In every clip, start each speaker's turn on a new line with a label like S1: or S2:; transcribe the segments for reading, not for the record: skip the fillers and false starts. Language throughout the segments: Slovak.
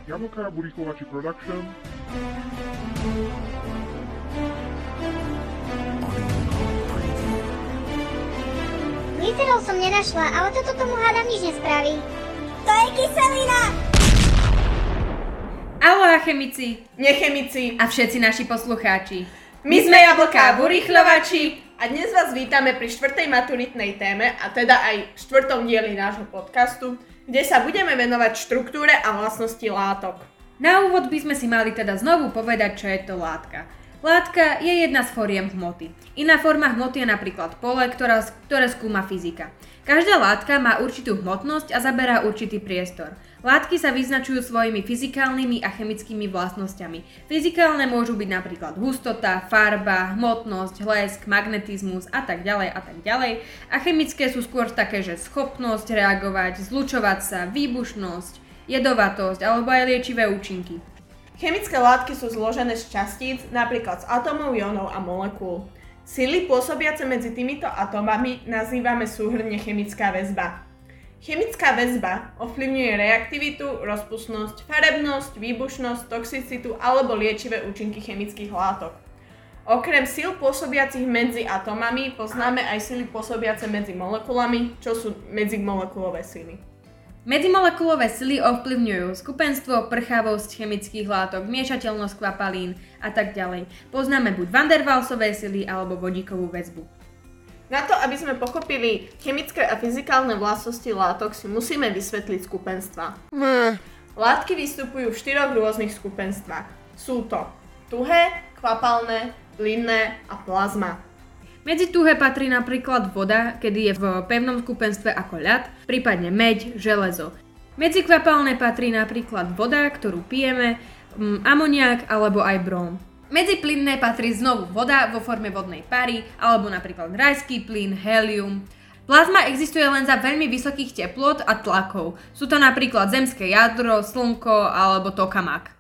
S1: Jablka Burickovači Production.
S2: Glycerol som nenašla, ale toto tomu hádam nič nespraví. To je kyselina!
S3: Aloha chemici,
S4: nechemici
S3: a všetci naši poslucháči.
S4: My sme Jablká Burickovači a dnes vás vítame pri 4. maturitnej téme, a teda aj 4. dieli nášho podcastu, kde sa budeme venovať štruktúre a vlastnosti látok.
S3: Na úvod by sme si mali teda znovu povedať, čo je to látka. Látka je jedna z foriem hmoty. Iná forma hmoty je napríklad pole, ktoré skúma fyzika. Každá látka má určitú hmotnosť a zaberá určitý priestor. Látky sa vyznačujú svojimi fyzikálnymi a chemickými vlastnosťami. Fyzikálne môžu byť napríklad hustota, farba, hmotnosť, blesk, magnetizmus a tak ďalej a tak ďalej. A chemické sú skôr také, že schopnosť reagovať, zlučovať sa, výbušnosť, jedovatosť alebo aj liečivé účinky.
S4: Chemické látky sú zložené z častíc, napríklad z atómov, jónov a molekúl. Sily pôsobiace medzi týmito atómami nazývame súhrnne chemická väzba. Chemická väzba ovplyvňuje reaktivitu, rozpustnosť, farebnosť, výbušnosť, toxicitu alebo liečivé účinky chemických látok. Okrem síl pôsobiacich medzi atómami poznáme aj sily pôsobiace medzi molekulami, čo sú medzimolekulové sily.
S3: Medzimolekulové sily ovplyvňujú skupenstvo, prchavosť chemických látok, miešateľnosť kvapalín a tak ďalej. Poznáme buď van der Waalsové sily alebo vodíkovú väzbu.
S4: Na to, aby sme pochopili chemické a fyzikálne vlastnosti látok, si musíme vysvetliť skupenstva. Látky vystupujú v 4 rôznych skupenstvách. Sú to tuhé, kvapalné, plynné a plazma.
S3: Medzi tuhé patrí napríklad voda, kedy je v pevnom skupenstve ako ľad, prípadne meď, železo. Medzi kvapalné patrí napríklad voda, ktorú pijeme, amoniak alebo aj bróm. Medzi plynné patrí znovu voda vo forme vodnej pary alebo napríklad rajský plyn, helium. Plazma existuje len za veľmi vysokých teplôt a tlakov. Sú to napríklad zemské jadro, slnko alebo tokamak.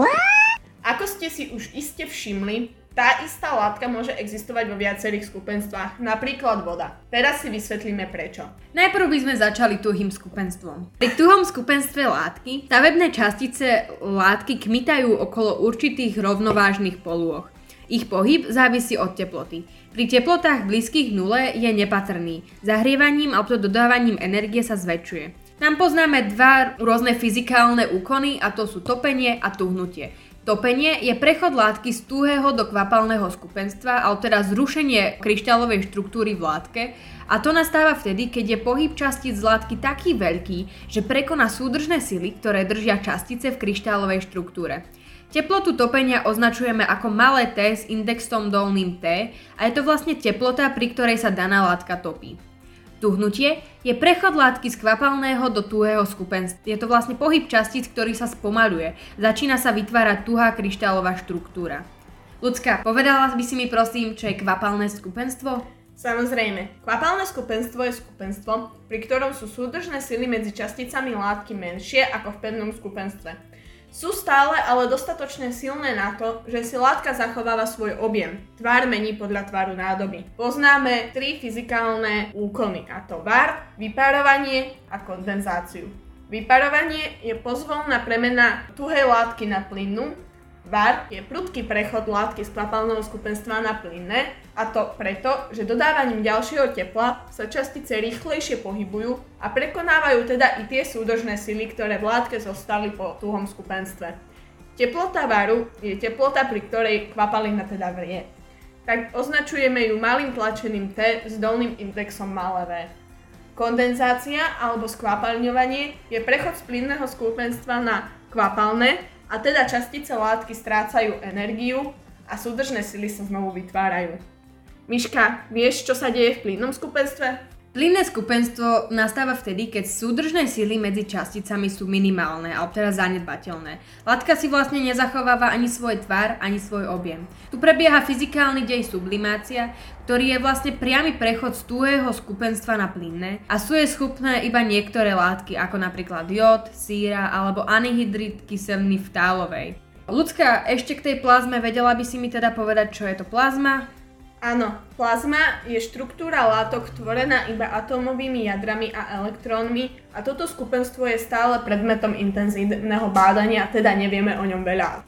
S4: Ako ste si už iste všimli, tá istá látka môže existovať vo viacerých skupenstvách, napríklad voda. Teraz si vysvetlíme prečo.
S3: Najprv by sme začali tuhým skupenstvom. Pri tuhom skupenstve látky stavebné častice látky kmitajú okolo určitých rovnovážnych polôch. Ich pohyb závisí od teploty. Pri teplotách blízkych nule je nepatrný. Zahrievaním alebo dodávaním energie sa zväčšuje. Tam poznáme dva rôzne fyzikálne úkony, a to sú topenie a tuhnutie. Topenie je prechod látky z tuhého do kvapalného skupenstva, alebo teda zrušenie kryštálovej štruktúry v látke, a to nastáva vtedy, keď je pohyb častíc z látky taký veľký, že prekoná súdržné sily, ktoré držia častice v kryštálovej štruktúre. Teplotu topenia označujeme ako malé T s indexom dolným T a je to vlastne teplota, pri ktorej sa daná látka topí. Tuhnutie je prechod látky z kvapalného do tuhého skupenstva. Je to vlastne pohyb častíc, ktorý sa spomaľuje. Začína sa vytvárať tuhá kryštálová štruktúra. Ľudská, povedala by si mi prosím, čo je kvapalné skupenstvo?
S4: Samozrejme, kvapalné skupenstvo je skupenstvo, pri ktorom sú súdržné sily medzi časticami látky menšie ako v pevnom skupenstve. Sú stále ale dostatočne silné na to, že si látka zachováva svoj objem. Tvar mení podľa tvaru nádoby. Poznáme 3 fyzikálne úkony, a to var, vyparovanie a kondenzáciu. Vyparovanie je pozvolná premena tuhej látky na plynnú. Var je prudký prechod látky z kvapalného skupenstva na plynné, a to preto, že dodávaním ďalšieho tepla sa častice rýchlejšie pohybujú a prekonávajú teda i tie súdržné sily, ktoré v látke zostali po tuhom skupenstve. Teplota varu je teplota, pri ktorej kvapalina teda vrie. Tak označujeme ju malým tlačeným T s dolným indexom malé V. Kondenzácia alebo skvapalňovanie je prechod z plynného skupenstva na kvapalné, a teda častice látky strácajú energiu a súdržné sily sa znovu vytvárajú. Miška, vieš, čo sa deje v plynnom skupenstve?
S3: Plynné skupenstvo nastáva vtedy, keď súdržné sily medzi časticami sú minimálne, alebo teda zanedbateľné. Látka si vlastne nezachováva ani svoj tvar, ani svoj objem. Tu prebieha fyzikálny dej sublimácia, ktorý je vlastne priamy prechod z tuhého skupenstva na plynné, a sú je schopné iba niektoré látky, ako napríklad jód, síra alebo anhydrid kyseliny ftálovej. Ľudská, ešte k tej plazme, vedela by si mi teda povedať, čo je to plazma?
S4: Áno, plazma je štruktúra látok tvorená iba atómovými jadrami a elektrónmi a toto skupenstvo je stále predmetom intenzívneho bádania, teda nevieme o ňom veľa.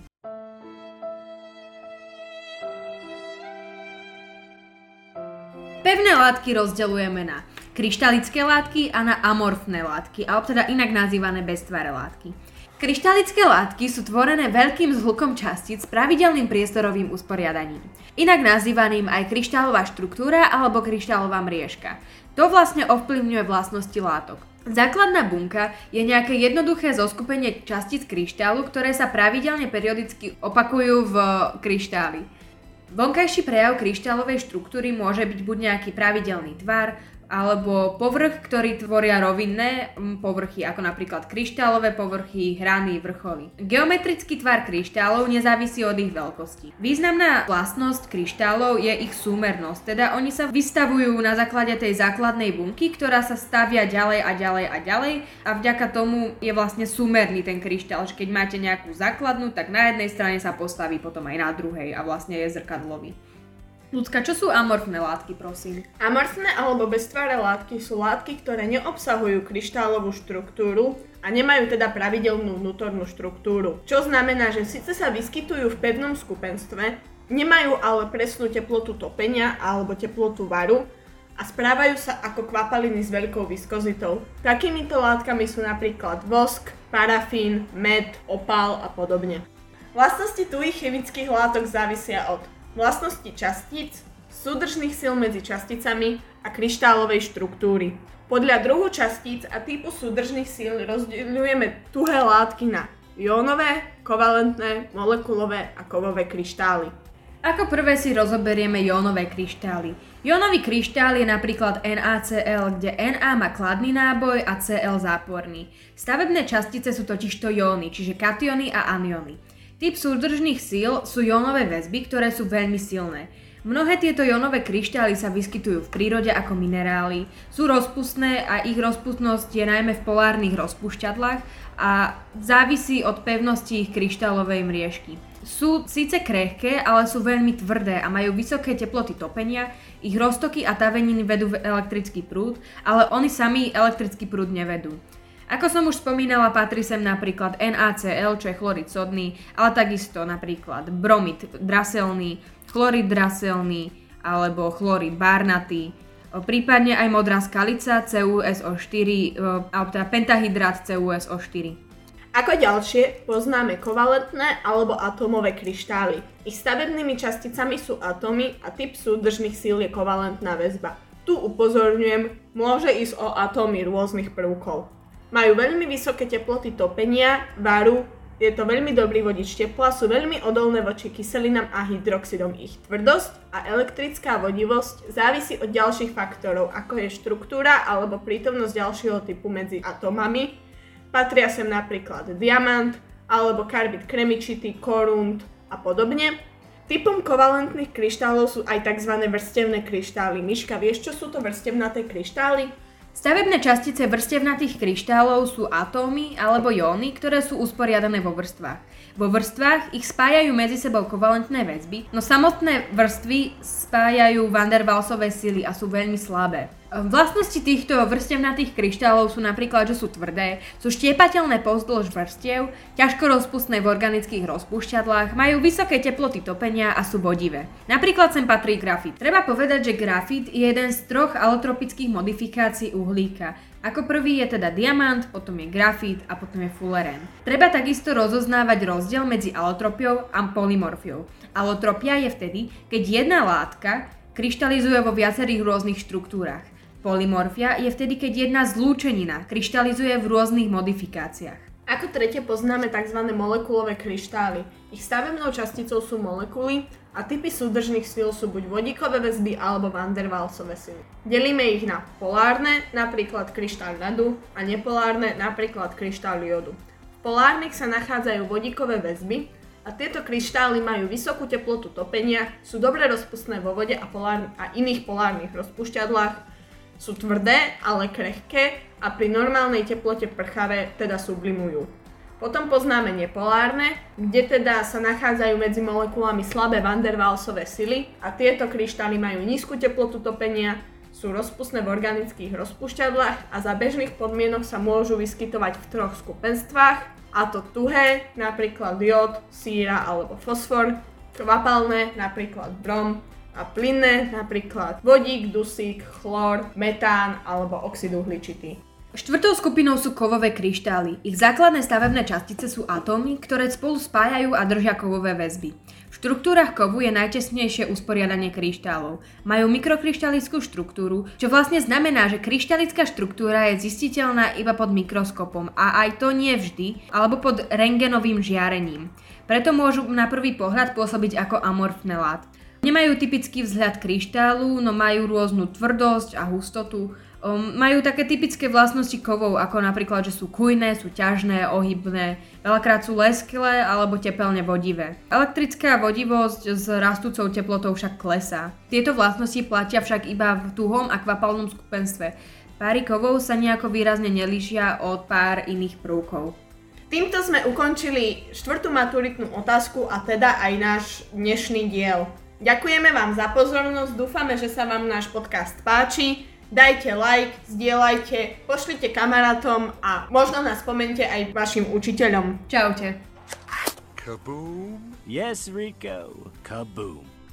S3: Pevné látky rozdeľujeme na kryštalické látky a na amorfné látky, alebo teda inak nazývané beztvaré látky. Kryštalické látky sú tvorené veľkým zhlukom častíc s pravidelným priestorovým usporiadaním, inak nazývaným aj kryštálová štruktúra alebo kryštálová mriežka. To vlastne ovplyvňuje vlastnosti látok. Základná bunka je nejaké jednoduché zoskupenie častíc kryštálu, ktoré sa pravidelne periodicky opakujú v kryštáli. Vonkajší prejav kryštálovej štruktúry môže byť buď nejaký pravidelný tvar, alebo povrch, ktorý tvoria rovinné povrchy, ako napríklad kryštálové povrchy, hrany, vrcholy. Geometrický tvar kryštálov nezávisí od ich veľkosti. Významná vlastnosť kryštálov je ich súmernosť, teda oni sa vystavujú na základe tej základnej bunky, ktorá sa stavia ďalej a ďalej a ďalej a vďaka tomu je vlastne súmerný ten kryštál, že keď máte nejakú základnú, tak na jednej strane sa postaví potom aj na druhej a vlastne je zrkadlový. Ľudská, čo sú amorfné látky, prosím?
S4: Amorfné alebo beztvaré látky sú látky, ktoré neobsahujú kryštálovú štruktúru a nemajú teda pravidelnú vnútornú štruktúru. Čo znamená, že síce sa vyskytujú v pevnom skupenstve, nemajú ale presnú teplotu topenia alebo teplotu varu a správajú sa ako kvapaliny s veľkou viskozitou. Takýmito látkami sú napríklad vosk, parafín, med, opál a podobne. Vlastnosti tuhých chemických látok závisia od vlastnosti častíc, súdržných síl medzi časticami a kryštálovej štruktúry. Podľa druhu častíc a typu súdržných síl rozdeľujeme tuhé látky na jónové, kovalentné, molekulové a kovové kryštály.
S3: Ako prvé si rozoberieme jónové kryštály. Jónový kryštál je napríklad NaCl, kde Na má kladný náboj a Cl záporný. Stavebné častice sú totižto jóny, čiže kationy a aniony. Typ súdržných síl sú jónové väzby, ktoré sú veľmi silné. Mnohé tieto jónové kryštály sa vyskytujú v prírode ako minerály, sú rozpustné a ich rozpustnosť je najmä v polárnych rozpúšťadlách a závisí od pevnosti ich kryštálovej mriežky. Sú síce krehké, ale sú veľmi tvrdé a majú vysoké teploty topenia, ich roztoky a taveniny vedú elektrický prúd, ale oni sami elektrický prúd nevedú. Ako som už spomínala, patrí sem napríklad NaCl, čo je chlorid sodný, ale takisto napríklad bromid draselný, chlorid draselný alebo chlorid barnatý, prípadne aj modrá skalica CuSO4 alebo teda pentahydrát CuSO4.
S4: Ako ďalšie poznáme kovalentné alebo atómové kryštály. Ich stavebnými časticami sú atómy a typ súdržných síl je kovalentná väzba. Tu upozorňujem, môže ísť o atómy rôznych prvkov. Majú veľmi vysoké teploty topenia, varu, je to veľmi dobrý vodič tepla, sú veľmi odolné voči kyselinám a hydroxidom. Ich tvrdosť a elektrická vodivosť závisí od ďalších faktorov, ako je štruktúra alebo prítomnosť ďalšieho typu medzi atómami. Patria sem napríklad diamant alebo karbid kremičitý, korund a podobne. Typom kovalentných kryštálov sú aj tzv. Vrstevné kryštály. Miška, vieš, čo sú to vrstevnaté kryštály?
S3: Stavebné častice vrstevnatých kryštálov sú atómy alebo jóny, ktoré sú usporiadané vo vrstvách. Vo vrstvách ich spájajú medzi sebou kovalentné väzby, no samotné vrstvy spájajú van der Waalsové sily a sú veľmi slabé. Vlastnosti týchto vrstevnatých kryštálov sú napríklad, že sú tvrdé, sú štiepateľné pozdĺž vrstiev, ťažko rozpustné v organických rozpúšťadlách, majú vysoké teploty topenia a sú vodivé. Napríklad sem patrí grafit. Treba povedať, že grafit je jeden z troch alotropických modifikácií uhlíka. Ako prvý je teda diamant, potom je grafit a potom je fullerén. Treba takisto rozoznávať rozdiel medzi alotropiou a polymorfiou. Alotropia je vtedy, keď jedna látka kryštalizuje vo viacerých rôznych štruktúrach. Polymorfia je vtedy, keď jedna zlúčenina kryštalizuje v rôznych modifikáciách.
S4: Ako tretie poznáme tzv. Molekulové kryštály. Ich stavebnou časticou sú molekuly a typy súdržných síl sú buď vodíkové väzby alebo van der Waalsové sily. Delíme ich na polárne, napríklad kryštál ľadu, a nepolárne, napríklad kryštál jodu. V polárnych sa nachádzajú vodíkové väzby a tieto kryštály majú vysokú teplotu topenia, sú dobre rozpustné vo vode a iných polárnych rozpúšťadlách, sú tvrdé, ale krehké a pri normálnej teplote prchavé, teda sublimujú. Potom poznáme nepolárne, kde teda sa nachádzajú medzi molekulami slabé van der Waalsové sily a tieto kryštály majú nízku teplotu topenia, sú rozpustné v organických rozpúšťadlách a za bežných podmienok sa môžu vyskytovať v 3 skupenstvách, a to tuhé, napríklad jód, síra alebo fosfor, kvapalné, napríklad brom, a plynné, napríklad vodík, dusík, chlór, metán alebo oxid uhličitý.
S3: Štvrtou skupinou sú kovové kryštály. Ich základné stavebné častice sú atómy, ktoré spolu spájajú a držia kovové väzby. V štruktúrach kovu je najtesnejšie usporiadanie kryštálov. Majú mikrokryštalickú štruktúru, čo vlastne znamená, že kryštalická štruktúra je zistiteľná iba pod mikroskopom a aj to nie vždy, alebo pod rentgenovým žiarením. Preto môžu na prvý pohľad pôsobiť ako amorfné látky. Nemajú typický vzhľad kryštálu, no majú rôznu tvrdosť a hustotu. Majú také typické vlastnosti kovov, ako napríklad, že sú kujné, sú ťažné, ohybné, veľakrát sú lesklé alebo tepelne vodivé. Elektrická vodivosť s rastúcou teplotou však klesá. Tieto vlastnosti platia však iba v tuhom a kvapalnom skupenstve. Páry kovov sa nejako výrazne nelíšia od pár iných prvkov.
S4: Týmto sme ukončili 4. maturitnú otázku a teda aj náš dnešný diel. Ďakujeme vám za pozornosť, dúfame, že sa vám náš podcast páči. Dajte like, zdieľajte, pošlite kamarátom a možno nás spomente aj vašim učiteľom.
S3: Čaute.
S5: Kaboom! Yes, Rico. Kaboom.